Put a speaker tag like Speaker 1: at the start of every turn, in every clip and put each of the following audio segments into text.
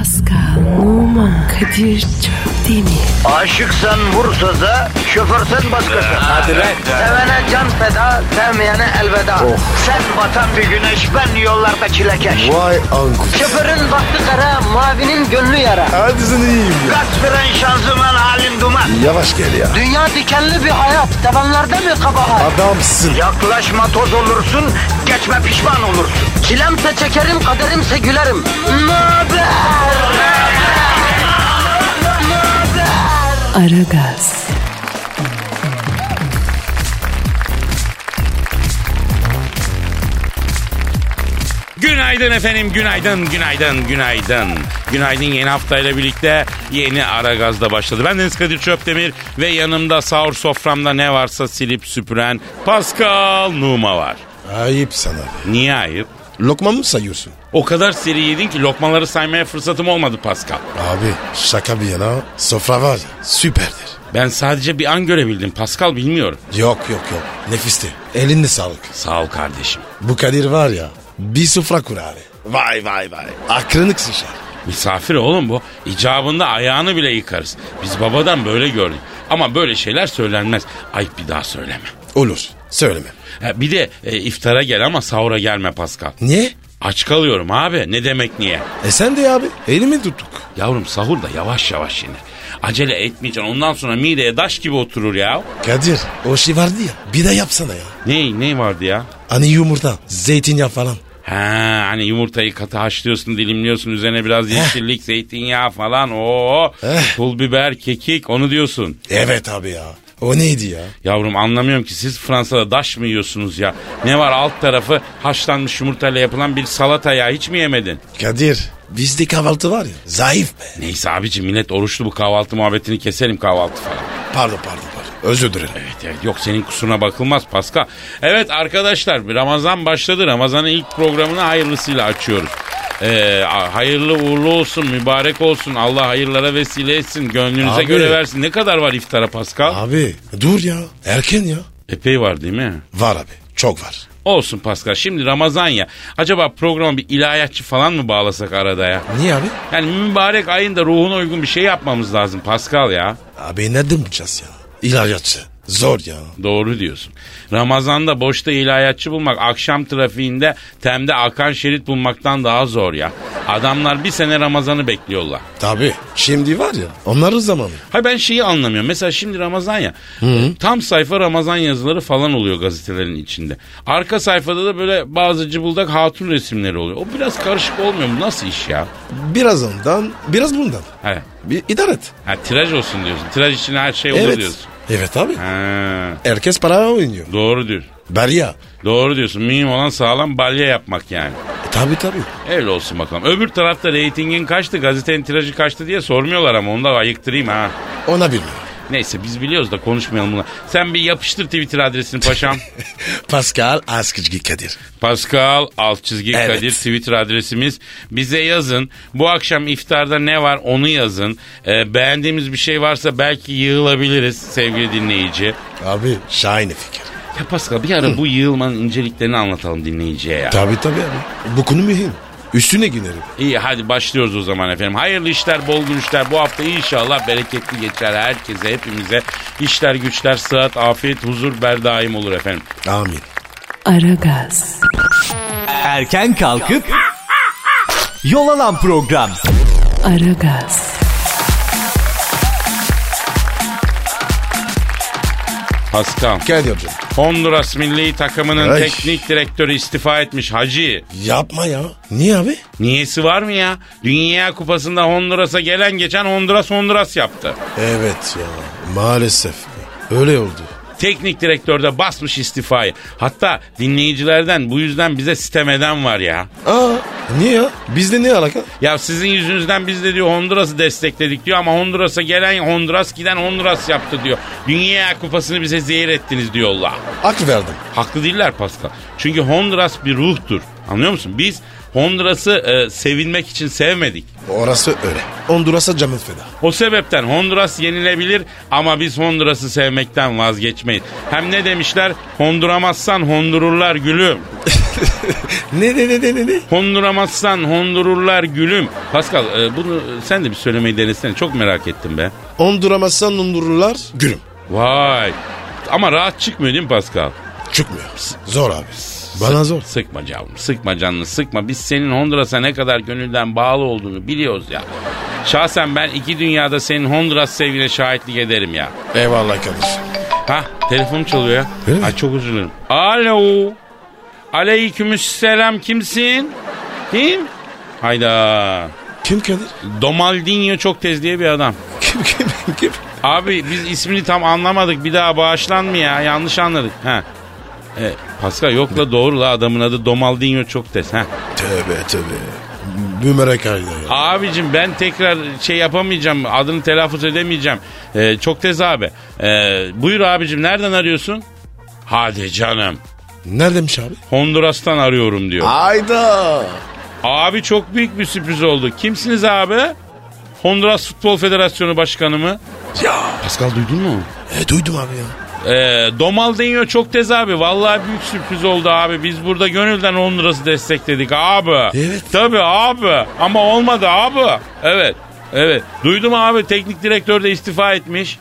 Speaker 1: Pascal, Oman, Kadir çok değil mi?
Speaker 2: Aşıksan vursa da, şoförsen başkasın.
Speaker 3: Hadi lan.
Speaker 2: Sevene can feda, sevmeyene elveda. Sen batan bir güneş, ben yollarda çilekeş.
Speaker 3: Vay anku.
Speaker 2: Şoförün baktı kara, mavinin gönlü yara.
Speaker 3: Hadi sen iyiyim ya.
Speaker 2: Kasperen şanzıman halin duman.
Speaker 3: Yavaş gel ya.
Speaker 2: Dünya dikenli bir hayat, sevenlerde mi kabahar?
Speaker 3: Adamsın.
Speaker 2: Yaklaşma toz olursun, geçme pişman olursun. Çilemse çekerim, kaderimse gülerim. Möber!
Speaker 1: Aragaz.
Speaker 4: Günaydın efendim, günaydın. Günaydın, yeni haftayla birlikte yeni Aragaz'da başladı. Ben Deniz Kadir Çöpdemir ve yanımda sahur soframda ne varsa silip süpüren Pascal Numa var.
Speaker 3: Ayıp sana.
Speaker 4: Niye ayıp?
Speaker 3: Lokma mı sayıyorsun?
Speaker 4: O kadar seri yedin ki lokmaları saymaya fırsatım olmadı Pascal.
Speaker 3: Abi şaka bir yana sofra var ya süperdir.
Speaker 4: Ben sadece bir an görebildim Pascal, bilmiyorum.
Speaker 3: Yok. Nefisti. Eline sağlık.
Speaker 4: Sağ ol kardeşim.
Speaker 3: Bu Kadir var ya bir sofra kur abi. Vay. Aklını sıçar.
Speaker 4: Misafir oğlum bu. İcabında ayağını bile yıkarız. Biz babadan böyle gördük. Ama böyle şeyler söylenmez. Ayıp, bir daha söyleme.
Speaker 3: Olur. Söyleme.
Speaker 4: Bir de iftara gel ama sahura gelme Pascal.
Speaker 3: Niye?
Speaker 4: Aç kalıyorum abi. Ne demek niye?
Speaker 3: Sen de abi. Elimi tuttuk.
Speaker 4: Yavrum sahur da yavaş yavaş yenir. Acele etmeyeceksin. Ondan sonra mideye taş gibi oturur ya.
Speaker 3: Kadir o şey vardı ya. Bir de yapsana ya.
Speaker 4: Ne vardı ya?
Speaker 3: Hani yumurta, zeytinyağı falan.
Speaker 4: Hani yumurtayı katı haşlıyorsun, dilimliyorsun, üzerine biraz yeşillik, zeytinyağı falan. Pul biber, kekik, onu diyorsun.
Speaker 3: Evet abi ya. O neydi ya?
Speaker 4: Yavrum anlamıyorum ki, siz Fransa'da daş mı yiyorsunuz ya? Ne var alt tarafı haşlanmış yumurtayla yapılan bir salata ya, hiç mi yemedin?
Speaker 3: Kadir bizde kahvaltı var ya zayıf be.
Speaker 4: Neyse abici, millet oruçlu, bu kahvaltı muhabbetini keselim, kahvaltı falan.
Speaker 3: Pardon. Özür dilerim.
Speaker 4: Evet, yok senin kusuruna bakılmaz Pascal. Evet arkadaşlar, Ramazan başladı. Ramazan'ın ilk programını hayırlısıyla açıyoruz. Hayırlı uğurlu olsun, mübarek olsun. Allah hayırlara vesile etsin, gönlünüze
Speaker 3: abi
Speaker 4: göre versin. Ne kadar var iftara Pascal?
Speaker 3: Abi dur ya, erken ya.
Speaker 4: Epey var değil mi?
Speaker 3: Var abi, çok var.
Speaker 4: Olsun Pascal, şimdi Ramazan ya. Acaba programa bir ilahiyatçı falan mı bağlasak arada ya?
Speaker 3: Niye abi?
Speaker 4: Yani mübarek ayında ruhuna uygun bir şey yapmamız lazım Pascal ya.
Speaker 3: Abi nereden bulacağız ya? İlahiyatçı. Zor ya.
Speaker 4: Doğru diyorsun. Ramazan'da boşta ilahiyatçı bulmak, akşam trafiğinde temde akan şerit bulmaktan daha zor ya. Adamlar bir sene Ramazan'ı bekliyorlar.
Speaker 3: Tabii. Şimdi var ya, onların zamanı.
Speaker 4: Hayır, ben şeyi anlamıyorum. Mesela şimdi Ramazan ya. Tam sayfa Ramazan yazıları falan oluyor gazetelerin içinde. Arka sayfada da böyle bazı cıbıldak hatun resimleri oluyor. O biraz karışık olmuyor mu? Nasıl iş ya?
Speaker 3: Biraz ondan, biraz bundan.
Speaker 4: He.
Speaker 3: Bir idare et.
Speaker 4: Tiraj olsun diyorsun. Tiraj için her şey olur
Speaker 3: Evet.
Speaker 4: diyorsun.
Speaker 3: Evet abi.
Speaker 4: Ha.
Speaker 3: Herkes para oynuyor.
Speaker 4: Doğru diyor.
Speaker 3: Berya.
Speaker 4: Doğru diyorsun. Mühim olan sağlam balya yapmak yani.
Speaker 3: Tabii.
Speaker 4: Öyle olsun bakalım. Öbür tarafta reytingin kaçtı, gazetenin tirajı kaçtı diye sormuyorlar ama onu da ayıktırayım ha.
Speaker 3: Ona bilmiyorum.
Speaker 4: Neyse biz biliyoruz da konuşmayalım buna. Sen bir yapıştır Twitter adresini paşam.
Speaker 3: Pascal Askizgi Kadir.
Speaker 4: Pascal _Kadir
Speaker 3: Evet.
Speaker 4: Twitter adresimiz. Bize yazın. Bu akşam iftarda ne var onu yazın. Beğendiğimiz bir şey varsa belki yığılabiliriz sevgili dinleyici.
Speaker 3: Abi şahane fikir.
Speaker 4: Ya Pascal, bir ara bu yığılmanın inceliklerini anlatalım dinleyiciye ya.
Speaker 3: Tabii abi. Bu konu mühim. Üstüne giderim.
Speaker 4: İyi, hadi başlıyoruz o zaman efendim. Hayırlı işler, bol gülüşler. Bu hafta inşallah bereketli geçer herkese, hepimize. İşler, güçler, sıhhat, afiyet, huzur berdaim olur efendim.
Speaker 3: Amin.
Speaker 1: Aragaz.
Speaker 5: Erken kalkıp yol alan program.
Speaker 1: Aragaz.
Speaker 4: Pascal,
Speaker 3: Kadir hocam.
Speaker 4: Honduras milli takımının
Speaker 3: Ay.
Speaker 4: teknik direktörü istifa etmiş hacı.
Speaker 3: Yapma ya. Niye abi?
Speaker 4: Niyesi var mı ya? Dünya Kupası'nda Honduras'a gelen geçen Honduras yaptı.
Speaker 3: Evet ya. Maalesef. Öyle oldu.
Speaker 4: Teknik direktör de basmış istifayı. Hatta dinleyicilerden bu yüzden bize sitem eden var ya.
Speaker 3: Niye ya? Bizde ne alaka?
Speaker 4: Ya sizin yüzünüzden biz de diyor Honduras'ı destekledik diyor ama Honduras'a gelen Honduras, giden Honduras yaptı diyor. Dünya Kupası'nı bize zehir ettiniz diyorlar.
Speaker 3: Hak verdim.
Speaker 4: Haklı değiller Pascal. Çünkü Honduras bir ruhtur. Anlıyor musun? Biz Honduras'ı sevilmek için sevmedik.
Speaker 3: Orası öyle. Honduras'a canımız feda.
Speaker 4: O sebepten Honduras yenilebilir ama biz Honduras'ı sevmekten vazgeçmeyiz. Hem ne demişler? Honduramazsan hondururlar gülüm.
Speaker 3: Ne?
Speaker 4: Honduramazsan hondururlar gülüm. Pascal bunu sen de bir söylemeyi denesene. Çok merak ettim be.
Speaker 3: Honduramazsan hondururlar gülüm.
Speaker 4: Vay. Ama rahat çıkmıyor değil mi Pascal?
Speaker 3: Çıkmıyor. Zor abi. Bana zor.
Speaker 4: Sıkma canım, sıkma canını sıkma. Biz senin Honduras'a ne kadar gönülden bağlı olduğunu biliyoruz ya. Şahsen ben iki dünyada senin Honduras sevgine şahitlik ederim ya.
Speaker 3: Eyvallah kardeşim.
Speaker 4: Hah, telefonum çalıyor ya.
Speaker 3: Öyle mi?
Speaker 4: Ay çok üzülürüm. Alo. Aleykümselam, kimsin? Kim? Hayda.
Speaker 3: Kim Kadir?
Speaker 4: Domaldinho çok tez diye bir adam.
Speaker 3: Kim?
Speaker 4: Abi biz ismini tam anlamadık. Bir daha bağışlan mı ya? Yanlış anladık. Ha. Pascal yok la, doğru la, adamın adı Domaldinho çok tez. Ha.
Speaker 3: Tövbe. Bümerek hayda ya.
Speaker 4: Abicim ben tekrar şey yapamayacağım. Adını telaffuz edemeyeceğim. Çok tez abi. Buyur abicim, nereden arıyorsun? Hadi canım.
Speaker 3: Neredemiş abi?
Speaker 4: Honduras'tan arıyorum diyor.
Speaker 3: Hayda.
Speaker 4: Abi çok büyük bir sürpriz oldu. Kimsiniz abi? Honduras Futbol Federasyonu Başkanı mı?
Speaker 3: Ya.
Speaker 4: Pascal duydun mu?
Speaker 3: Duydum abi ya.
Speaker 4: Domaldinho çok tez abi. Vallahi büyük sürpriz oldu abi. Biz burada gönülden Honduras'ı destekledik abi.
Speaker 3: Evet.
Speaker 4: Tabii abi. Ama olmadı abi. Evet. Duydum abi, teknik direktör de istifa etmiş.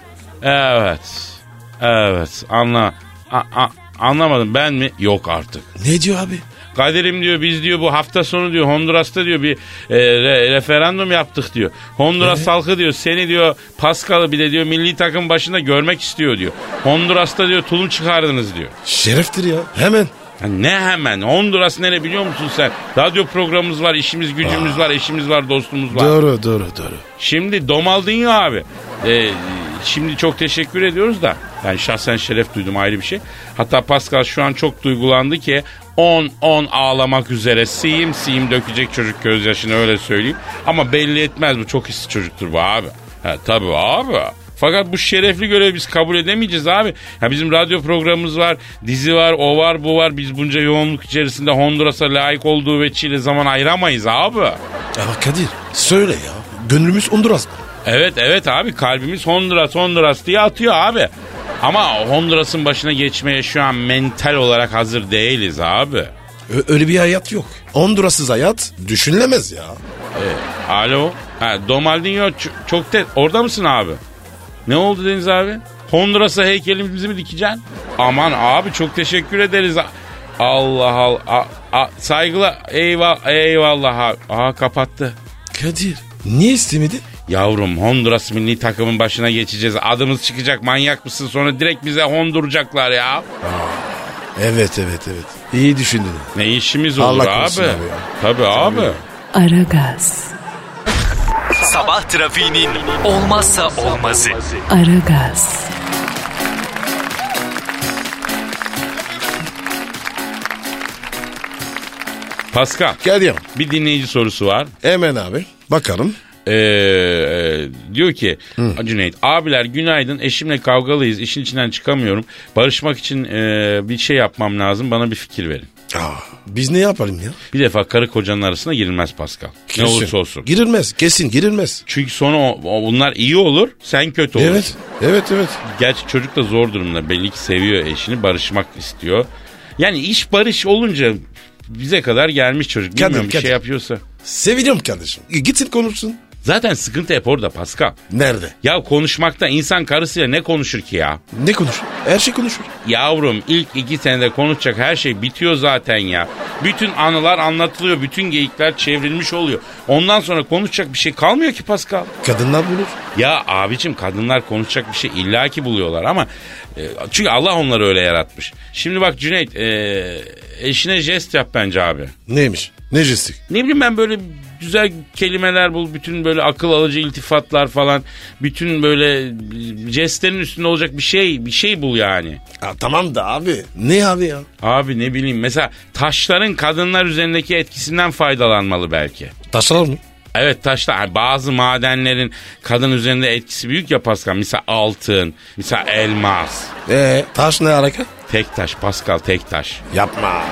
Speaker 4: Evet. Anlamadım, ben mi? Yok artık.
Speaker 3: Ne diyor abi?
Speaker 4: Kadir'im diyor, biz diyor bu hafta sonu diyor Honduras'ta diyor bir referandum yaptık diyor. Honduras halkı diyor seni diyor, Pascal'ı bir de diyor milli takım başında görmek istiyor diyor. Honduras'ta diyor tulum çıkardınız diyor.
Speaker 3: Şereftir ya. Hemen.
Speaker 4: Ya ne hemen? Honduras nere biliyor musun sen? Radyo programımız var, işimiz gücümüz var, eşimiz var, dostumuz var.
Speaker 3: Doğru.
Speaker 4: Şimdi Domaldinho abi. Şimdi çok teşekkür ediyoruz da. Yani şahsen şeref duydum, ayrı bir şey. Hatta Pascal şu an çok duygulandı ki 10 ağlamak üzere, siyim dökecek çocuk gözyaşını, öyle söyleyeyim. Ama belli etmez, bu çok hisli çocuktur bu abi. Tabii abi. Fakat bu şerefli görevi biz kabul edemeyeceğiz abi. Ya bizim radyo programımız var, dizi var, o var, bu var. Biz bunca yoğunluk içerisinde Honduras'a layık olduğu veçiyle zaman ayıramayız abi.
Speaker 3: Ama Kadir söyle ya. Gönlümüz Honduras.
Speaker 4: Evet abi, kalbimiz Honduras diye atıyor abi. Ama Honduras'ın başına geçmeye şu an mental olarak hazır değiliz abi.
Speaker 3: Öyle bir hayat yok. Honduras'sız hayat düşünülemez ya.
Speaker 4: Alo. Domaldinho çok orada mısın abi? Ne oldu Deniz abi? Honduras'a heykelimizi mi dikeceksin? Aman abi çok teşekkür ederiz. Allah. Saygılar. Eyvallah abi. Kapattı.
Speaker 3: Kadir niye istemedi?
Speaker 4: Yavrum, Honduras milli takımın başına geçeceğiz. Adımız çıkacak, manyak mısın? Sonra direkt bize honduracaklar ya.
Speaker 3: Evet. İyi düşündün.
Speaker 4: Ne işimiz olur
Speaker 3: Allah korusun
Speaker 4: abi.
Speaker 3: abi ya.
Speaker 4: Tabii abi.
Speaker 1: Aragaz.
Speaker 5: Sabah trafiğinin olmazsa olmazı.
Speaker 1: Aragaz.
Speaker 4: Pascal,
Speaker 3: Kadir.
Speaker 4: bir dinleyici sorusu var.
Speaker 3: Hemen abi. Bakalım.
Speaker 4: Diyor ki Cüneyt, abiler günaydın, eşimle kavgalıyız, işin içinden çıkamıyorum, barışmak için bir şey yapmam lazım, bana bir fikir verin.
Speaker 3: Biz ne yapalım ya?
Speaker 4: Bir defa karı kocanın arasına girilmez Pascal.
Speaker 3: Kesin.
Speaker 4: Ne olursa olsun.
Speaker 3: Girilmez. Kesin girilmez.
Speaker 4: Çünkü sonra bunlar iyi olur, sen kötü olursun.
Speaker 3: Evet.
Speaker 4: Gerçi çocuk da zor durumda, belli ki seviyor eşini, barışmak istiyor. Yani iş barış olunca bize kadar gelmiş çocuk. Bilmiyorum, bir şey yapıyorsa.
Speaker 3: Seviliyorum kardeşim. Gitsin konuşsun.
Speaker 4: Zaten sıkıntı hep orada Pascal.
Speaker 3: Nerede?
Speaker 4: Ya konuşmakta, insan karısıyla ne konuşur ki ya?
Speaker 3: Ne konuşur? Her şey konuşur.
Speaker 4: Yavrum, ilk 2 senede konuşacak her şey bitiyor zaten ya. Bütün anılar anlatılıyor, bütün geyikler çevrilmiş oluyor. Ondan sonra konuşacak bir şey kalmıyor ki Pascal.
Speaker 3: Kadınlar bulur.
Speaker 4: Ya abicim, kadınlar konuşacak bir şey illaki buluyorlar ama çünkü Allah onları öyle yaratmış. Şimdi bak Cüneyt, eşine jest yap bence abi.
Speaker 3: Neymiş? Ne jestik?
Speaker 4: Ne bileyim ben, böyle güzel kelimeler bul, bütün böyle akıl alıcı iltifatlar falan, bütün böyle jestlerin üstünde olacak bir şey bul yani.
Speaker 3: Tamam da abi. Ne abi ya?
Speaker 4: Abi ne bileyim, mesela taşların kadınlar üzerindeki etkisinden faydalanmalı belki.
Speaker 3: Taşlar mı?
Speaker 4: Evet, taşlar, bazı madenlerin kadın üzerinde etkisi büyük ya Pascal. Mesela altın, mesela elmas.
Speaker 3: Taş ne alaka?
Speaker 4: Tek taş Pascal, tek taş.
Speaker 3: Yapma.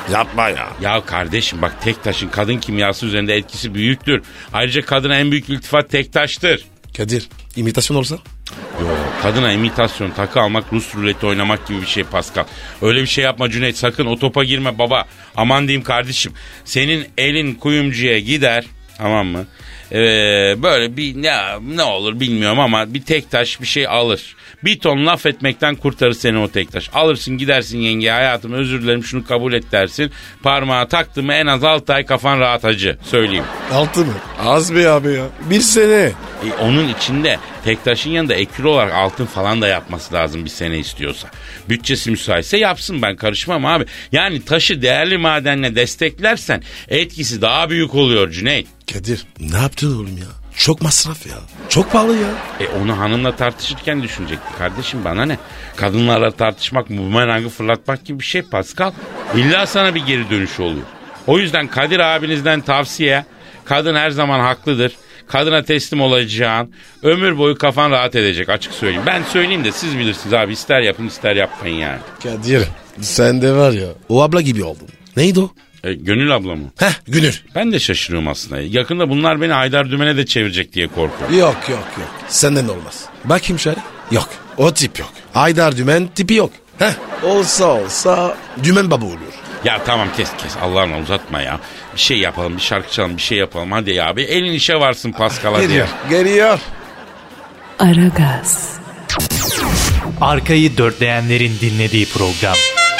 Speaker 3: Yapma ya.
Speaker 4: Ya kardeşim bak tek taşın kadın kimyası üzerinde etkisi büyüktür. Ayrıca kadına en büyük iltifat tek taştır.
Speaker 3: Kadir imitasyon olsa?
Speaker 4: Yo, kadına imitasyon takı almak Rus ruleti oynamak gibi bir şey Pascal. Öyle bir şey yapma Cüneyt, sakın o topa girme baba. Aman diyeyim kardeşim. Senin elin kuyumcuya gider, tamam mı? Böyle bir ne olur bilmiyorum ama bir tek taş bir şey alır. Bir ton laf etmekten kurtarır seni o tek taş. Alırsın gidersin yenge, hayatım özür dilerim şunu kabul et dersin. Parmağa taktı mı en az 6 ay kafan rahat hacı, söyleyeyim.
Speaker 3: 6 mı? Az be abi ya. 1 sene.
Speaker 4: Onun içinde tek taşın yanında ekür olarak altın falan da yapması lazım bir sene istiyorsa. Bütçesi müsaitse yapsın, ben karışmam abi. Yani taşı değerli madenle desteklersen etkisi daha büyük oluyor Cüneyt.
Speaker 3: Kadir ne yaptın oğlum ya? Çok masraf ya. Çok pahalı ya.
Speaker 4: Onu hanımla tartışırken düşünecekti kardeşim, bana ne? Kadınlarla tartışmak bumerangı fırlatmak gibi bir şey Pascal. İlla sana bir geri dönüş oluyor. O yüzden Kadir abinizden tavsiye, kadın her zaman haklıdır. Kadına teslim olacağın, ömür boyu kafan rahat edecek, açık söyleyeyim. Ben söyleyeyim de siz bilirsiniz abi, ister yapın ister yapmayın yani.
Speaker 3: Kadir sen de var ya o abla gibi oldun. Neydi o?
Speaker 4: Gönül abla mı?
Speaker 3: Gönül.
Speaker 4: Ben de şaşırıyorum aslında. Yakında bunlar beni Haydar Dümen'e de çevirecek diye korkuyorum.
Speaker 3: Yok. Senden olmaz. Bakayım şöyle. Yok. O tip yok. Haydar Dümen tipi yok. Olsa Dümen baba olur.
Speaker 4: Ya tamam kes Allah'ına uzatma ya. Bir şey yapalım, bir şarkı çalalım, bir şey yapalım. Hadi ya abi, elin işe varsın Pascal, hadi ya.
Speaker 3: Geliyor.
Speaker 1: Aragaz,
Speaker 5: Arkayı dörtleyenlerin dinlediği program.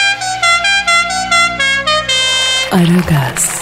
Speaker 1: Aragaz,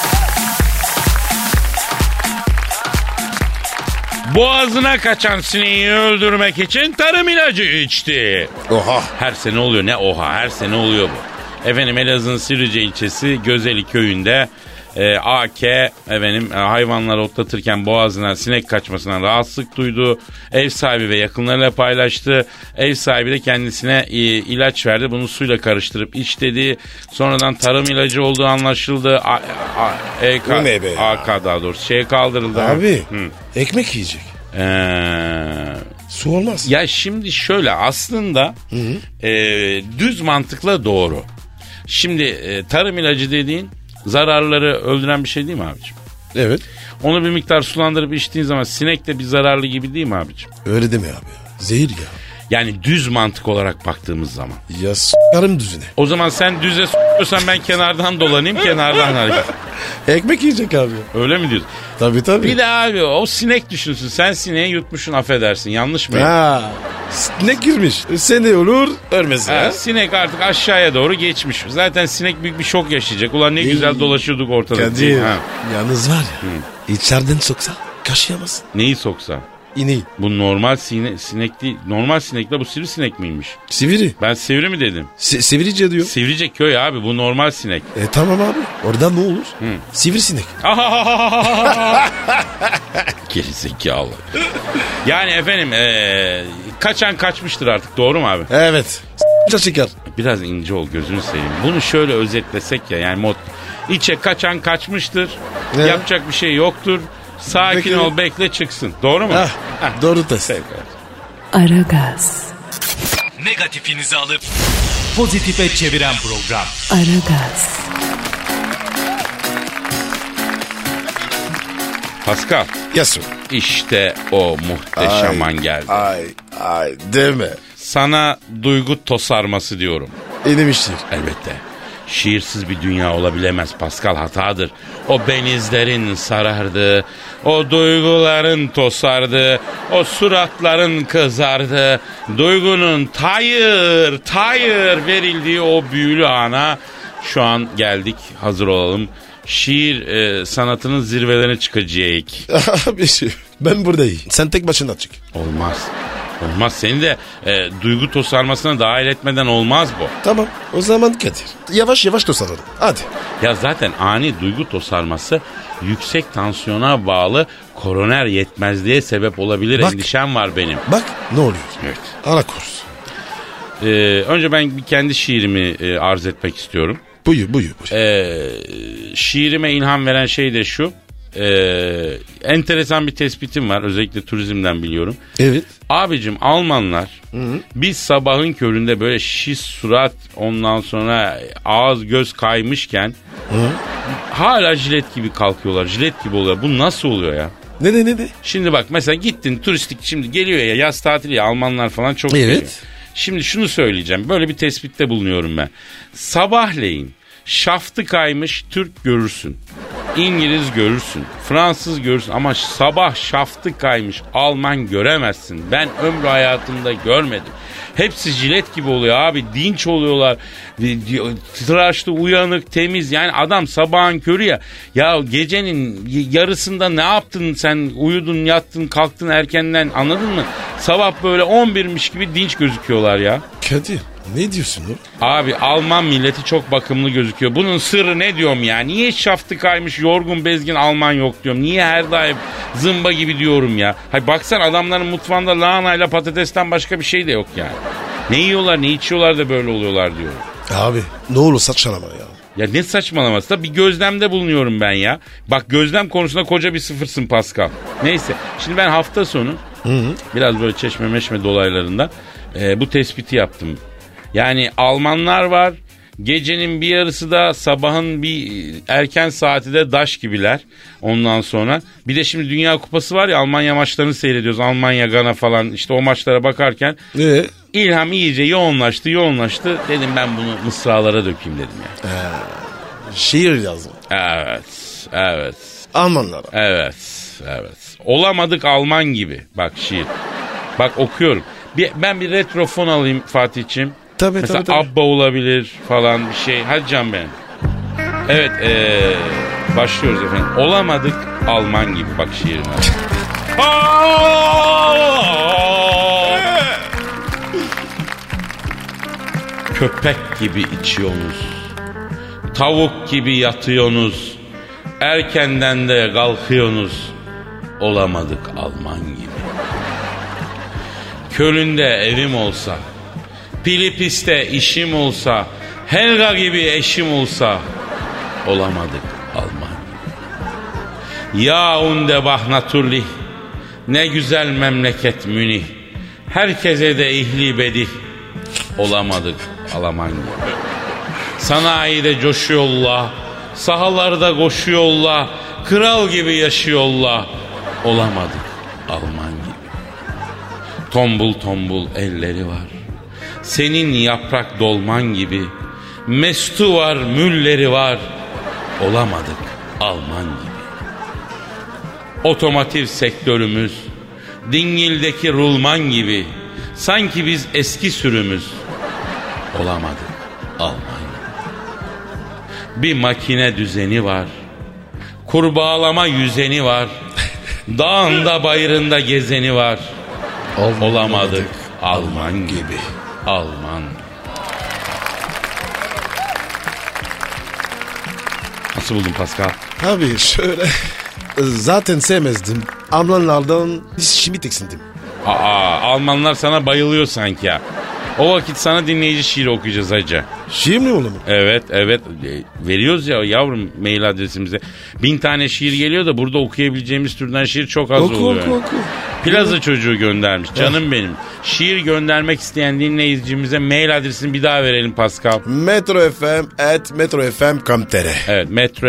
Speaker 4: Boğazına kaçan sineği öldürmek için tarım ilacı içti.
Speaker 3: Oha.
Speaker 4: Her sene oluyor, ne oha, her sene oluyor bu. Efendim Elazığ'ın Sirrice ilçesi Gözeli köyünde AK hayvanları otlatırken boğazına sinek kaçmasından rahatsızlık duydu. Ev sahibi ve yakınlarıyla paylaştı. Ev sahibi de kendisine ilaç verdi. Bunu suyla karıştırıp iç dedi. Sonradan tarım ilacı olduğu anlaşıldı.
Speaker 3: O ne be ya?
Speaker 4: AK daha doğrusu kaldırıldı.
Speaker 3: Abi ekmek yiyecek. Su olmaz.
Speaker 4: Ya şimdi şöyle aslında düz mantıkla doğru. Şimdi tarım ilacı dediğin zararları öldüren bir şey değil mi abicim?
Speaker 3: Evet.
Speaker 4: Onu bir miktar sulandırıp içtiğin zaman sinek de bir zararlı gibi değil mi abicim?
Speaker 3: Öyle deme abi. Zehir ya.
Speaker 4: Yani düz mantık olarak baktığımız zaman.
Speaker 3: Ya s**karım düzüne.
Speaker 4: O zaman sen düze s**yorsan ben kenardan dolanayım, kenardan hareket.
Speaker 3: Ekmek yiyecek abi.
Speaker 4: Öyle mi diyorsun?
Speaker 3: Tabii.
Speaker 4: Bir de abi o sinek düşünsün. Sen sineği yutmuşsun, affedersin, yanlış mı?
Speaker 3: Sinek girmiş. Sene olur ölmez ya.
Speaker 4: Sinek artık aşağıya doğru geçmiş. Zaten sinek büyük bir şok yaşayacak. Ulan ne güzel dolaşıyorduk ortada.
Speaker 3: Kadir. Yalnız var ya. İçeriden soksa kaşıyamazsın.
Speaker 4: Neyi soksa?
Speaker 3: İneği.
Speaker 4: Bu normal sinek değil. Normal sinekle bu sivrisinek miymiş?
Speaker 3: Sivri.
Speaker 4: Ben sivri mi dedim?
Speaker 3: Sivrice diyor.
Speaker 4: Sivrice köy abi, bu normal sinek.
Speaker 3: Tamam abi. Orada ne olur? Sivrisinek.
Speaker 4: Gerizekalı. Yani efendim kaçan kaçmıştır artık, doğru mu abi?
Speaker 3: Evet. Çıkar.
Speaker 4: Biraz ince ol, gözünü seveyim. Bunu şöyle özetlesek ya, yani içe kaçan kaçmıştır. Yapacak bir şey yoktur. Sakin
Speaker 3: Bekle.
Speaker 4: ol, bekle çıksın. Doğru mu?
Speaker 3: Doğru test.
Speaker 1: Aragaz,
Speaker 5: Negatifinizi alıp pozitife çeviren program.
Speaker 1: Aragaz,
Speaker 4: Pascal,
Speaker 3: Yasun.
Speaker 4: işte o muhteşem an geldi.
Speaker 3: Ay deme.
Speaker 4: Sana duygu tosarması diyorum.
Speaker 3: Enemiştir.
Speaker 4: Elbette. Şiirsiz bir dünya olabilemez Pascal, hatadır. O benizlerin sarardı, o duyguların tosardı, o suratların kızardı. Duygunun tayır verildiği o büyülü ana şu an geldik, hazır olalım. Şiir sanatının zirvelerine çıkacağız.
Speaker 3: Abi ben buradayım. Sen tek başına çık.
Speaker 4: Olmaz. Seni de duygu tosarmasına dahil etmeden olmaz bu.
Speaker 3: Tamam o zaman Kadir. Yavaş tosaralım. Hadi.
Speaker 4: Ya zaten ani duygu tosarması yüksek tansiyona bağlı koroner yetmezliğe sebep olabilir, endişem var benim.
Speaker 3: Bak ne oluyor?
Speaker 4: Evet.
Speaker 3: Allah korusun.
Speaker 4: Önce ben bir kendi şiirimi arz etmek istiyorum.
Speaker 3: Buyur.
Speaker 4: Şiirime ilham veren şey de şu. enteresan bir tespitim var. Özellikle turizmden biliyorum.
Speaker 3: Evet.
Speaker 4: Abicim Almanlar biz sabahın köründe böyle şiş surat, ondan sonra ağız göz kaymışken hala jilet gibi kalkıyorlar. Jilet gibi oluyor. Bu nasıl oluyor ya?
Speaker 3: Ne?
Speaker 4: Şimdi bak mesela gittin turistik, şimdi geliyor ya yaz tatili ya, Almanlar falan çok geliyor. Şimdi şunu söyleyeceğim. Böyle bir tespitte bulunuyorum ben. Sabahleyin şaftı kaymış Türk görürsün. İngiliz görürsün. Fransız görürsün. Ama sabah şaftı kaymış Alman göremezsin. Ben ömrü hayatımda görmedim. Hepsi jilet gibi oluyor abi. Dinç oluyorlar. Tıraşlı, uyanık, temiz. Yani adam sabahın körü ya. Ya gecenin yarısında ne yaptın sen? Uyudun, yattın, kalktın erkenden, anladın mı? Sabah böyle 11'miş gibi dinç gözüküyorlar ya.
Speaker 3: Kadir ne diyorsun oğlum?
Speaker 4: Abi Alman milleti çok bakımlı gözüküyor. Bunun sırrı ne diyorum ya? Niye şaftı kaymış, yorgun, bezgin Alman yok diyorum? Niye her daim zımba gibi diyorum ya? Hay baksan adamların mutfağında lahanayla patatesten başka bir şey de yok yani. Ne yiyorlar, ne içiyorlar da böyle oluyorlar diyorum.
Speaker 3: Abi ne olur saçmalama ya.
Speaker 4: Ya ne saçmalaması da, bir gözlemde bulunuyorum ben ya. Bak gözlem konusunda koca bir sıfırsın Pascal. Neyse şimdi ben hafta sonu biraz böyle çeşme meşme dolaylarında bu tespiti yaptım. Yani Almanlar var. Gecenin bir yarısı da sabahın bir erken saati de daş gibiler. Ondan sonra bir de şimdi Dünya Kupası var ya, Almanya maçlarını seyrediyoruz. Almanya, Gana falan, işte o maçlara bakarken ilham iyice yoğunlaştı. Dedim ben bunu mısralara dökeyim dedim ya.
Speaker 3: Şiir yazdım.
Speaker 4: Evet.
Speaker 3: Almanlara.
Speaker 4: Evet. Olamadık Alman gibi. Bak şiir. Bak okuyorum. Ben bir retrofon alayım Fatih'ciğim.
Speaker 3: Tabii.
Speaker 4: Mesela Abba olabilir falan bir şey. Hadi can benim. Evet başlıyoruz efendim. Olamadık Alman gibi. Bak şiirine. Köpek gibi içiyorsunuz. Tavuk gibi yatıyorsunuz. Erkenden de kalkıyorsunuz. Olamadık Alman gibi. Köln'de evim olsa, Pilipis'te işim olsa, Helga gibi eşim olsa, olamadık Alman gibi. Yaounde bah naturlich, ne güzel memleket Münih, herkese de ihli bedih, olamadık Alman gibi. Sanayide coşuyorlar, sahalarda koşuyorlar, kral gibi yaşıyorlar, olamadık Alman gibi. Tombul tombul elleri var, senin yaprak dolman gibi. Mestu var, mülleri var, olamadık Alman gibi. Otomotiv sektörümüz dingildeki rulman gibi. Sanki biz eski sürümüz, olamadık Alman gibi. Bir makine düzeni var, kurbağalama yüzeni var, dağında bayırında gezeni var, olamadık Alman gibi. Alman. Nasıl buldun Pascal?
Speaker 3: Abi şöyle zaten sevmezdim. Almanlardan şimdi tiksindim.
Speaker 4: Almanlar sana bayılıyor sanki ya. O vakit sana dinleyici şiir okuyacağız hacı.
Speaker 3: Şiir mi oğlum?
Speaker 4: Evet. Veriyoruz ya yavrum mail adresimize. 1000 tane şiir geliyor da burada okuyabileceğimiz türden şiir çok az oluyor.
Speaker 3: Oku.
Speaker 4: Plaza çocuğu göndermiş. Canım benim. Şiir göndermek isteyen dinleyicimize mail adresini bir daha verelim Pascal.
Speaker 3: metrofm@metrofm.com.tr.
Speaker 4: Evet,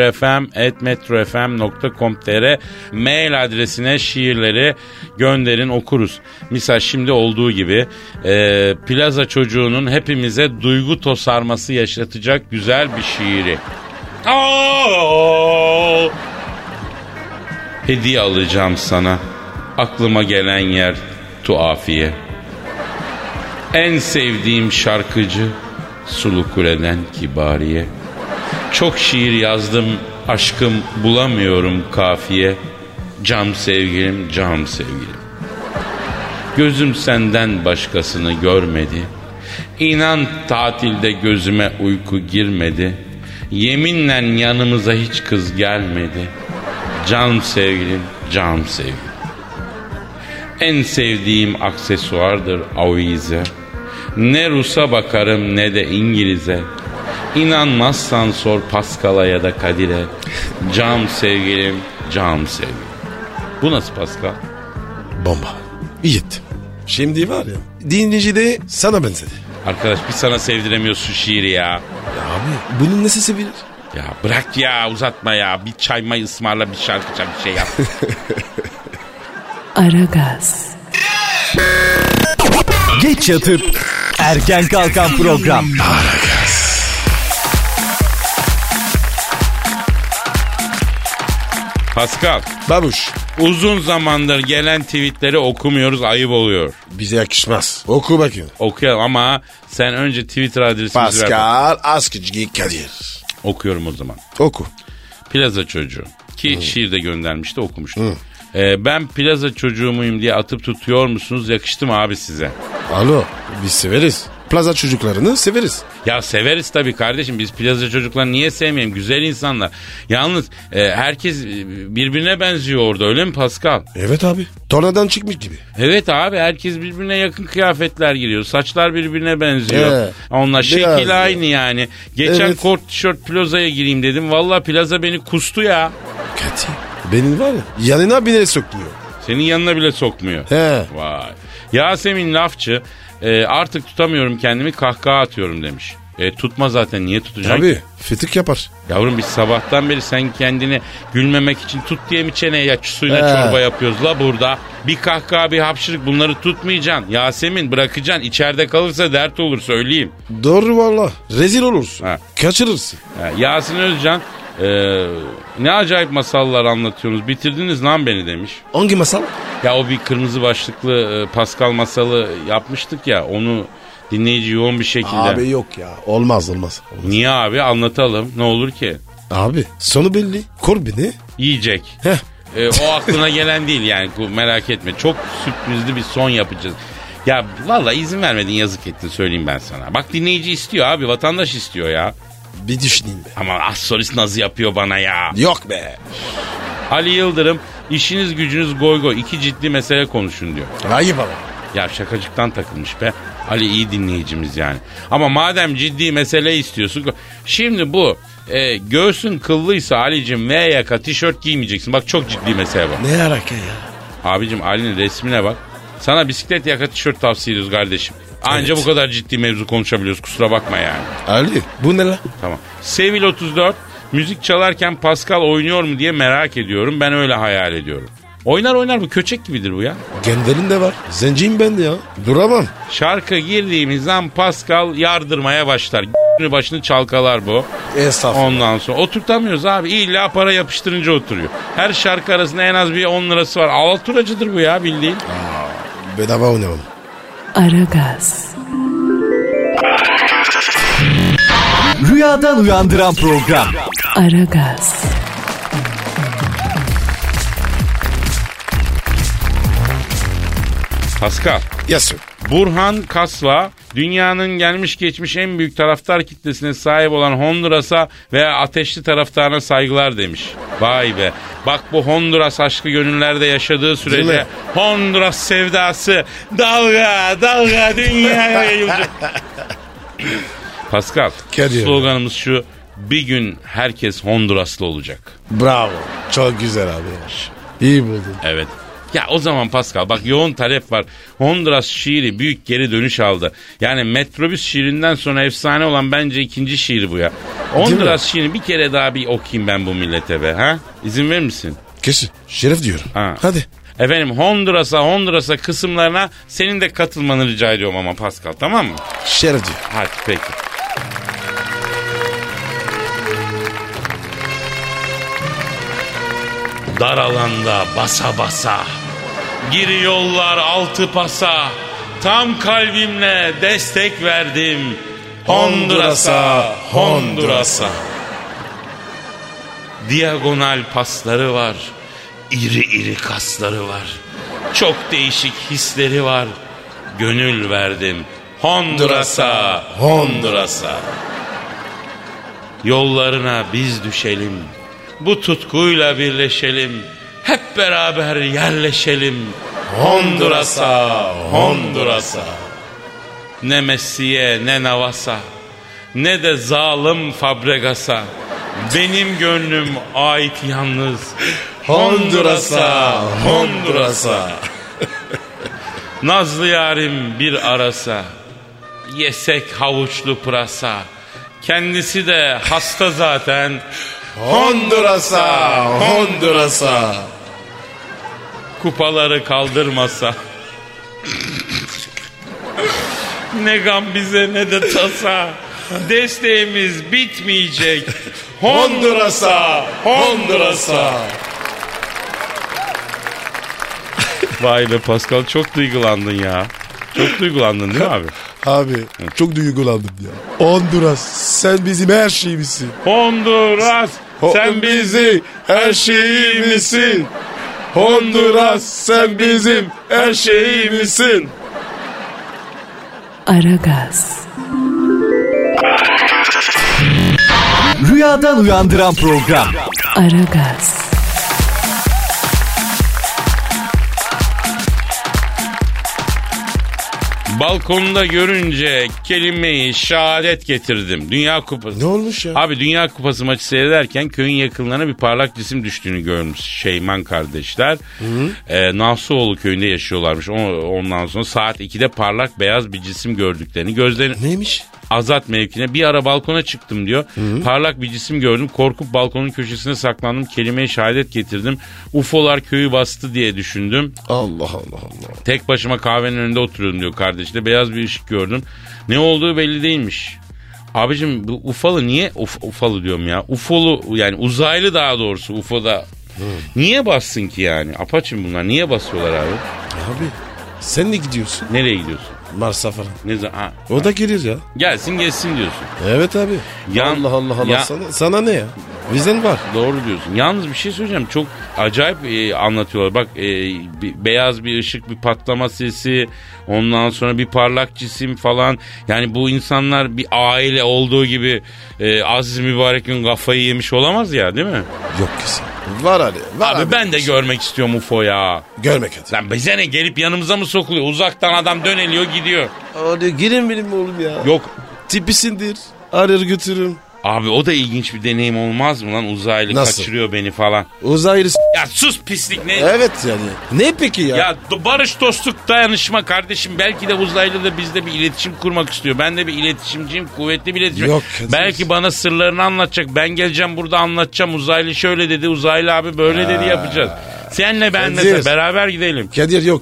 Speaker 4: metrofm@metrofm.com.tr mail adresine şiirleri gönderin, okuruz. Misal şimdi olduğu gibi plaza çocuğunun hepimize duygu tosarması yaşatacak güzel bir şiiri. Hediye alacağım sana. Aklıma gelen yer tuafiye. En sevdiğim şarkıcı Sulu Kule'den Kibariye. Çok şiir yazdım aşkım, bulamıyorum kafiye. Cam sevgilim, cam sevgilim. Gözüm senden başkasını görmedi. İnan tatilde gözüme uyku girmedi. Yeminle yanımıza hiç kız gelmedi. Cam sevgilim, cam sevgilim. En sevdiğim aksesuardır avize. Ne Rus'a bakarım ne de İngiliz'e. İnanmazsan sor Pascal'a ya da Kadir'e. Cam sevgilim, Canım sevgilim. Bu nasıl Pascal?
Speaker 3: Bomba. İyi ettim. Şimdi var ya, dinleyici de sana benzedi.
Speaker 4: Arkadaş bir sana sevdiremiyorsun şiiri ya.
Speaker 3: Ya abi bunun nesi sevilir?
Speaker 4: Ya bırak ya, uzatma ya. Bir çay may ısmarla, bir şarkı çal, bir şey yap.
Speaker 1: Aragaz,
Speaker 5: Geç yatıp erken kalkan program.
Speaker 4: Pascal,
Speaker 3: Babuş.
Speaker 4: uzun zamandır gelen tweetleri okumuyoruz, ayıp oluyor.
Speaker 3: Bize yakışmaz. Oku bakayım.
Speaker 4: Okuyalım ama sen önce Twitter adresimizi ver.
Speaker 3: Pascal Askizgi Kadir.
Speaker 4: Okuyorum o zaman.
Speaker 3: Oku.
Speaker 4: Plaza çocuğu. Ki şiir de göndermişti, okumuştum. Ben plaza çocuğu muyum diye atıp tutuyor musunuz? Yakıştı mı abi size?
Speaker 3: Alo, biz severiz. Plaza çocuklarını severiz.
Speaker 4: Ya severiz tabii kardeşim. Biz plaza çocuklarını niye sevmeyelim? Güzel insanlar. Yalnız herkes birbirine benziyor orada, öyle mi Pascal?
Speaker 3: Evet abi. Tornadan çıkmış gibi.
Speaker 4: Evet abi, herkes birbirine yakın kıyafetler giriyor. Saçlar birbirine benziyor. Onlar
Speaker 3: biraz
Speaker 4: şekil aynı yani. Geçen
Speaker 3: Evet.
Speaker 4: kort tişört plazaya gireyim dedim. Vallahi plaza beni kustu ya.
Speaker 3: Kadir. Benim var ya, yanına bile sokmuyor.
Speaker 4: Senin yanına bile sokmuyor.
Speaker 3: He.
Speaker 4: Vay. Yasemin Lafçı artık tutamıyorum kendimi, kahkaha atıyorum demiş. Tutma zaten, niye tutacaksın?
Speaker 3: Tabii fıtık yapar.
Speaker 4: Yavrum biz sabahtan beri sen kendini gülmemek için tut diye mi çeneye yaç suyuna çorba yapıyoruz la burada? Bir kahkaha, bir hapşırık, bunları tutmayacaksın. Yasemin bırakacaksın, içeride kalırsa dert olur, söyleyeyim.
Speaker 3: Doğru valla. Rezil olursun.
Speaker 4: Ha.
Speaker 3: Kaçırırsın.
Speaker 4: Yasin Özcan ne acayip masallar anlatıyorsunuz, bitirdiniz lan beni demiş.
Speaker 3: Hangi masal?
Speaker 4: Ya o bir kırmızı başlıklı Pascal masalı yapmıştık ya, onu dinleyici yoğun bir şekilde.
Speaker 3: Abi yok ya. Olmaz.
Speaker 4: Niye abi, anlatalım, ne olur ki?
Speaker 3: Abi sonu belli. Kor beni.
Speaker 4: Yiyecek.
Speaker 3: Heh.
Speaker 4: O aklına gelen değil yani, merak etme. Çok sürprizli bir son yapacağız. Ya valla izin vermedin, yazık ettin, söyleyeyim ben sana. Bak dinleyici istiyor abi, vatandaş istiyor ya.
Speaker 3: Bir düşüneyim be.
Speaker 4: Ama az solist nazı yapıyor bana ya.
Speaker 3: Yok be.
Speaker 4: Ali Yıldırım, işiniz gücünüz goy goy, 2 ciddi mesele konuşun diyor.
Speaker 3: Ayıp ama.
Speaker 4: Ya şakacıktan takılmış be. Ali iyi dinleyicimiz yani. Ama madem ciddi mesele istiyorsun. Şimdi bu göğsün kıllıysa Ali'cim V yaka tişört giymeyeceksin. Bak çok ciddi mesele var.
Speaker 3: Ne alaka ya?
Speaker 4: Abicim Ali'nin resmine bak. Sana bisiklet yaka tişört tavsiye ediyoruz kardeşim. Anca
Speaker 3: Evet.
Speaker 4: bu kadar ciddi mevzu konuşabiliyoruz, kusura bakma yani.
Speaker 3: Ali bu ne la?
Speaker 4: Tamam. Sevil 34, müzik çalarken Pascal oynuyor mu diye merak ediyorum. Ben öyle hayal ediyorum. Oynar bu, köçek gibidir bu ya.
Speaker 3: Genderin de var. Zenciyim ben de ya. Duramam.
Speaker 4: Şarkı girdiğimiz an Pascal yardırmaya başlar. Başını çalkalar bu.
Speaker 3: Estağfurullah.
Speaker 4: Ondan sonra oturtamıyoruz abi. İlla para yapıştırınca oturuyor. Her şarkı arasında en az bir 10 lirası var. Alturacıdır bu ya, bildiğin.
Speaker 3: Bedava oynamam.
Speaker 1: Aragaz,
Speaker 5: Rüyadan uyandıran program.
Speaker 1: Aragaz,
Speaker 4: Pascal.
Speaker 3: Yes sir.
Speaker 4: Burhan Kasva, dünyanın gelmiş geçmiş en büyük taraftar kitlesine sahip olan Honduras'a ve ateşli taraftarına saygılar demiş. Vay be. Bak bu Honduras aşkı gönüllerde yaşadığı
Speaker 3: Değil
Speaker 4: sürece
Speaker 3: mi?
Speaker 4: Honduras sevdası dalga dünyaya yayılacak. Pascal,
Speaker 3: Kadir.
Speaker 4: sloganımız şu: bir gün herkes Honduraslı olacak.
Speaker 3: Bravo. Çok güzel abi. İyi buldun.
Speaker 4: Evet. Ya o zaman Pascal bak, yoğun talep var. Honduras şiiri büyük geri dönüş aldı. Yani Metrobüs şiirinden sonra efsane olan bence ikinci şiir bu ya. Honduras şiirini bir kere daha bir okuyayım ben bu millete be. Ha? İzin verir misin?
Speaker 3: Kesin. Şeref diyorum.
Speaker 4: Ha.
Speaker 3: Hadi.
Speaker 4: Efendim Honduras'a kısımlarına senin de katılmanı rica ediyorum ama Pascal, tamam mı?
Speaker 3: Şeref diyor.
Speaker 4: Hadi peki. Dar alanda basa basa, giriyorlar altı pasa, tam kalbimle destek verdim Honduras'a. Diagonal pasları var, iri iri kasları var, çok değişik hisleri var, gönül verdim Honduras'a. Yollarına biz düşelim, bu tutkuyla birleşelim, hep beraber yerleşelim Honduras'a. Ne Messi'ye ne Navas'a, ne de zalim Fabregas'a, Benim gönlüm ait yalnız
Speaker 3: Honduras'a, Honduras'a.
Speaker 4: Nazlı yarim bir arasa, yesek havuçlu pırasa. Kendisi de hasta zaten.
Speaker 3: Honduras'a, Honduras'a.
Speaker 4: Kupaları kaldırmasa. Ne gam bize ne de tasa. Desteğimiz bitmeyecek.
Speaker 3: Honduras'a, Honduras'a.
Speaker 4: Vay be Pascal, çok duygulandın ya. Çok duygulandın değil mi abi?
Speaker 3: Abi çok duygulandım ya. Honduras sen bizim her şeyimizsin.
Speaker 4: Honduras sen bizi
Speaker 3: her şeyimizsin. Honduras sen bizim her şeyimizsin.
Speaker 1: Aragaz,
Speaker 5: Rüyadan uyandıran program.
Speaker 1: Aragaz,
Speaker 4: balkonda görünce kelimeyi şehadet getirdim. Dünya Kupası.
Speaker 3: Ne olmuş ya?
Speaker 4: Abi Dünya Kupası maçı seyrederken köyün yakınlarına bir parlak cisim düştüğünü görmüş Şeyman kardeşler. Nasuoğlu köyünde yaşıyorlarmış. Ondan sonra saat 2'de parlak beyaz bir cisim gördüklerini gözlerini...
Speaker 3: Neymiş?
Speaker 4: Azat mevkine bir ara balkona çıktım diyor. Parlak bir cisim gördüm. Korkup balkonun köşesine saklandım. Kelimeye şehadet getirdim. UFO'lar köyü bastı diye düşündüm.
Speaker 3: Allah Allah Allah.
Speaker 4: Tek başıma kahvenin önünde oturuyordum diyor kardeşle. Beyaz bir ışık gördüm. Ne olduğu belli değilmiş. Abicim bu UFO'lu niye UFO'lu diyorum ya. UFO'lu yani uzaylı daha doğrusu UFO'da. Niye bassın ki yani? Apaçım bunlar. Niye basıyorlar abi?
Speaker 3: Abi sen ne gidiyorsun?
Speaker 4: Nereye gidiyorsun?
Speaker 3: Mars'a falan.
Speaker 4: Ne zaman? Ha,
Speaker 3: O da gelir ya.
Speaker 4: gelsin geçsin diyorsun.
Speaker 3: Evet abi. Allah Allah Allah. Sana ne ya? Vizen var.
Speaker 4: Doğru diyorsun. Yalnız bir şey söyleyeceğim. Çok acayip anlatıyorlar. Bak beyaz bir ışık, bir patlama sesi, ondan sonra bir parlak cisim falan. Yani bu insanlar bir aile olduğu gibi Aziz Mübarek'in kafayı yemiş olamaz ya, değil mi?
Speaker 3: Yok kesin. Var Ali. Var
Speaker 4: Abi ben de görmek istiyorum UFO ya.
Speaker 3: Görmek hadi.
Speaker 4: Lan bize ne, gelip yanımıza mı sokuluyor? Uzaktan adam döneliyor gidiyor.
Speaker 3: Hadi girin benim oğlum ya.
Speaker 4: Yok.
Speaker 3: Tipisindir. Arır götürürüm.
Speaker 4: Abi o da ilginç bir deneyim olmaz mı lan? Uzaylı
Speaker 3: Nasıl?
Speaker 4: kaçırıyor beni falan.
Speaker 3: Uzaylı
Speaker 4: Ya sus pislik ne?
Speaker 3: Evet yani. Ne peki ya?
Speaker 4: Ya barış, dostluk, dayanışma kardeşim. Belki de uzaylı da bizle bir iletişim kurmak istiyor. Ben de bir iletişimciyim, kuvvetli bir iletişim.
Speaker 3: Yok,
Speaker 4: belki bana sırlarını anlatacak. Ben geleceğim burada anlatacağım. Uzaylı şöyle dedi, uzaylı abi böyle dedi, yapacağız. Senle ben
Speaker 3: Kadir.
Speaker 4: de beraber gidelim.
Speaker 3: Kadir yok.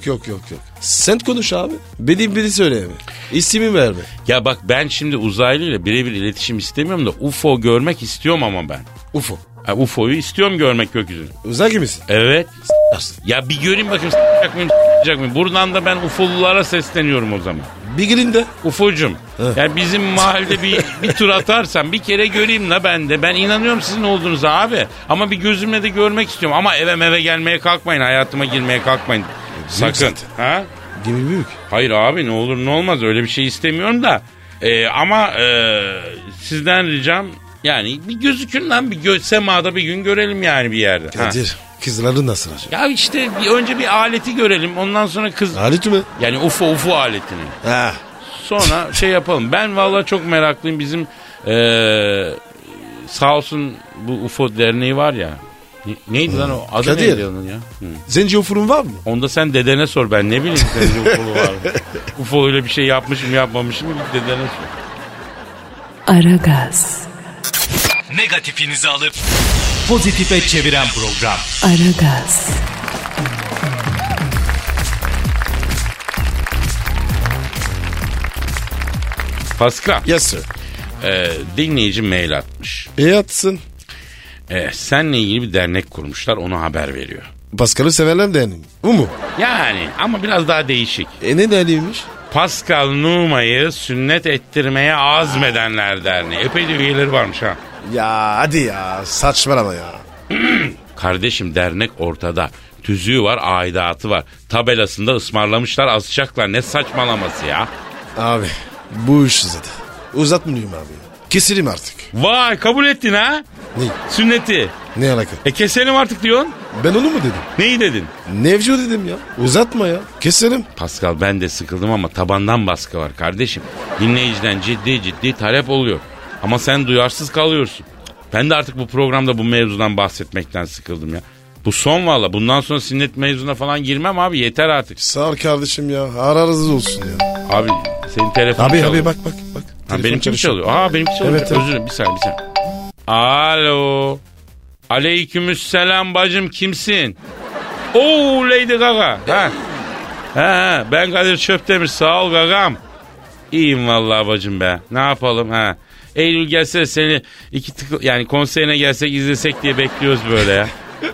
Speaker 3: Sen konuş abi. Benim biri söyleme. İsmimi verme.
Speaker 4: Ya bak ben şimdi uzaylıyla birebir iletişim istemiyorum da UFO görmek istiyorum ama ben.
Speaker 3: UFO.
Speaker 4: UFO'yu istiyorum görmek gökyüzünü.
Speaker 3: Uzay gemisin.
Speaker 4: Evet.
Speaker 3: Aslında.
Speaker 4: Ya bir göreyim bakayım s***cak mıyım s***cak mıyım. Buradan da ben UFO'lulara sesleniyorum o zaman.
Speaker 3: Bir girinde.
Speaker 4: UFO'cum. Yani bizim mahallede bir tur atarsan bir kere göreyim la ben de. Ben inanıyorum sizin olduğunuza abi. Ama bir gözümle de görmek istiyorum. Ama eve gelmeye kalkmayın. Hayatıma girmeye kalkmayın. Sakın.
Speaker 3: zaten.
Speaker 4: Ha?
Speaker 3: Gemi büyük.
Speaker 4: Hayır abi ne olur ne olmaz öyle bir şey istemiyorum da. Ama sizden ricam yani bir gözükün lan, bir semada bir gün görelim yani bir yerde.
Speaker 3: Kadir kızları nasıl acaba?
Speaker 4: Ya işte önce bir aleti görelim, ondan sonra kız...
Speaker 3: Aleti mi?
Speaker 4: Yani UFO aletini.
Speaker 3: Ha.
Speaker 4: Sonra şey yapalım. Ben vallahi çok meraklıyım. Bizim sağ olsun bu UFO derneği var ya. Neydi lan o? Adı
Speaker 3: Kadir.
Speaker 4: neydi onun ya?
Speaker 3: Zenci ufurun var mı?
Speaker 4: Onda sen dedene sor, ben ne bileyim senin UFO'lu var mı? UFO öyle bir şey yapmışım yapmamışım mı, bir dedene sor.
Speaker 1: Aragaz,
Speaker 5: Negatifinizi alıp pozitife çeviren program.
Speaker 1: Aragaz,
Speaker 4: Pascal,
Speaker 3: Yes sir.
Speaker 4: dinleyici mail atmış.
Speaker 3: Atsın.
Speaker 4: Seninle ilgili bir dernek kurmuşlar, onu haber veriyor.
Speaker 3: Pascal'ı severler derneği. Bu mu?
Speaker 4: Yani ama biraz daha değişik.
Speaker 3: Ne derneğiymiş?
Speaker 4: Pascal Numa'yı sünnet ettirmeye azmedenler derneği. Epey de üyeleri varmış ha.
Speaker 3: Ya hadi ya saçmalama ya.
Speaker 4: Kardeşim dernek ortada. Tüzüğü var, aidatı var. Tabelasında ısmarlamışlar, asacaklar. Ne saçmalaması ya.
Speaker 3: Abi bu iş uzadı. Uzatmayayım abi. Keselim artık.
Speaker 4: Vay kabul ettin ha?
Speaker 3: Ne?
Speaker 4: Sünneti.
Speaker 3: Ne alaka?
Speaker 4: Keselim artık diyorsun.
Speaker 3: Ben onu mu dedim?
Speaker 4: Neyi dedin?
Speaker 3: Nevcu dedim ya. Uzatma ya. Keselim.
Speaker 4: Pascal ben de sıkıldım ama tabandan baskı var kardeşim. Dinleyiciden ciddi talep oluyor. Ama sen duyarsız kalıyorsun. Ben de artık bu programda bu mevzudan bahsetmekten sıkıldım ya. Bu son valla. Bundan sonra sünnet mevzuna falan girmem abi. Yeter artık.
Speaker 3: Sağ ol kardeşim ya. Ararız olsun ya.
Speaker 4: Abi senin telefonun
Speaker 3: Abi
Speaker 4: çalıyor.
Speaker 3: abi bak.
Speaker 4: Ha, benimki mi çalıyor? Aa benimki çalıyor.
Speaker 3: Evet,
Speaker 4: Özür dilerim bir saniye. Alo. Aleykümselam bacım kimsin? Oo Lady Gaga. Ha, ben Kadir Çöptemir sağ ol gagam. İyiyim vallahi bacım be. Ne yapalım ha? Eylül gelse seni yani konserine gelsek izlesek diye bekliyoruz böyle ya.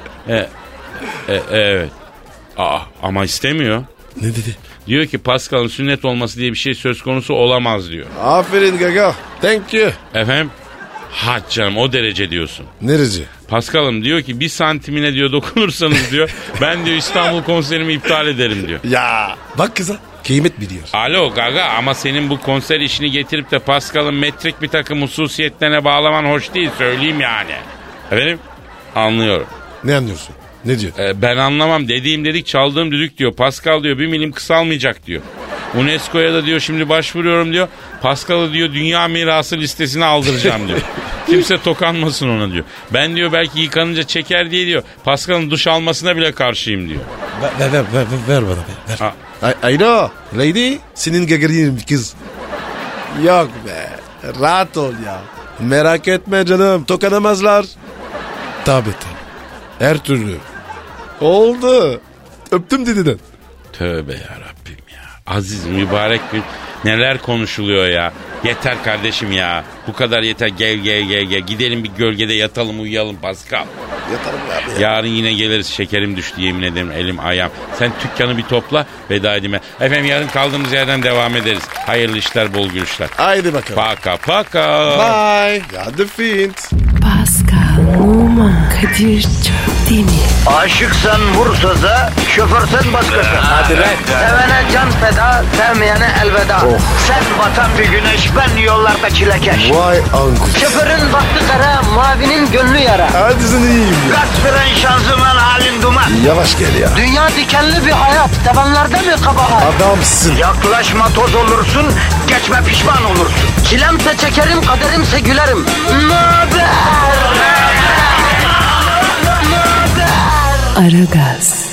Speaker 4: Evet. Ama istemiyor.
Speaker 3: Ne dedi?
Speaker 4: Diyor ki Pascal'ın sünnet olması diye bir şey söz konusu olamaz diyor.
Speaker 3: Aferin gaga. Thank you.
Speaker 4: Efendim? Ha canım o derece diyorsun.
Speaker 3: Nereci?
Speaker 4: Pascal'ım diyor ki 1 santimine diyor dokunursanız diyor ben diyor İstanbul konserimi iptal ederim diyor.
Speaker 3: Ya bak kıza. Kıymet biliyor.
Speaker 4: Alo Gaga ama senin bu konser işini getirip de Pascal'ın metrik bir takım hususiyetlerine bağlaman hoş değil söyleyeyim yani. Efendim? Anlıyorum.
Speaker 3: Ne anlıyorsun? Ne diyor?
Speaker 4: Ben anlamam dediğim dedik çaldığım düdük diyor. Pascal diyor 1 milim kısalmayacak diyor. UNESCO'ya da diyor şimdi başvuruyorum diyor. Pascal'ı diyor dünya mirası listesine aldıracağım diyor. Kimse tokanmasın ona diyor. Ben diyor belki yıkanınca çeker diye diyor. Pascal'ın duş almasına bile karşıyım diyor.
Speaker 3: Ver bana be. Ver. Ayno. Lady. Senin gagarin kız. Yok be. Rahat ol ya. Merak etme canım. Tokanamazlar. Tabii. Her türlü. Oldu. Öptüm dediden.
Speaker 4: Tövbe yarabbim ya. Aziz mübarek gün neler konuşuluyor ya. Yeter kardeşim ya. Bu kadar yeter. Gel. Gidelim bir gölgede yatalım uyuyalım Pascal.
Speaker 3: Yatalım abi ya.
Speaker 4: Yarın yine geliriz. Şekerim düştü yemin ederim elim ayağım. Sen dükkanı bir topla veda edime. Efendim yarın kaldığımız yerden devam ederiz. Hayırlı işler bol gülüşler.
Speaker 3: Haydi bakalım.
Speaker 4: Paka.
Speaker 3: Bye. Ya the Fint.
Speaker 1: Pascal, Oman, Kadir çok değil mi?
Speaker 2: Aşıksan vursa da şoförsen başkasın.
Speaker 3: Hadi lan.
Speaker 2: Sevene can feda, sevmeyene elveda. Sen batan bir güneş, ben yollarda çilekeş.
Speaker 3: Vay anku.
Speaker 2: Şoförün baktı kara, mavinin gönlü yara.
Speaker 3: Hadi sen iyiyim ya.
Speaker 2: Kasperen şanzıman halin duman.
Speaker 3: Yavaş gel ya.
Speaker 2: Dünya dikenli bir hayat, sevenlerde mi kabahar?
Speaker 3: Adamsın.
Speaker 2: Yaklaşma toz olursun, geçme pişman olursun. Çilemse çekerim, kaderimse gülerim. Möber!
Speaker 1: Aragaz.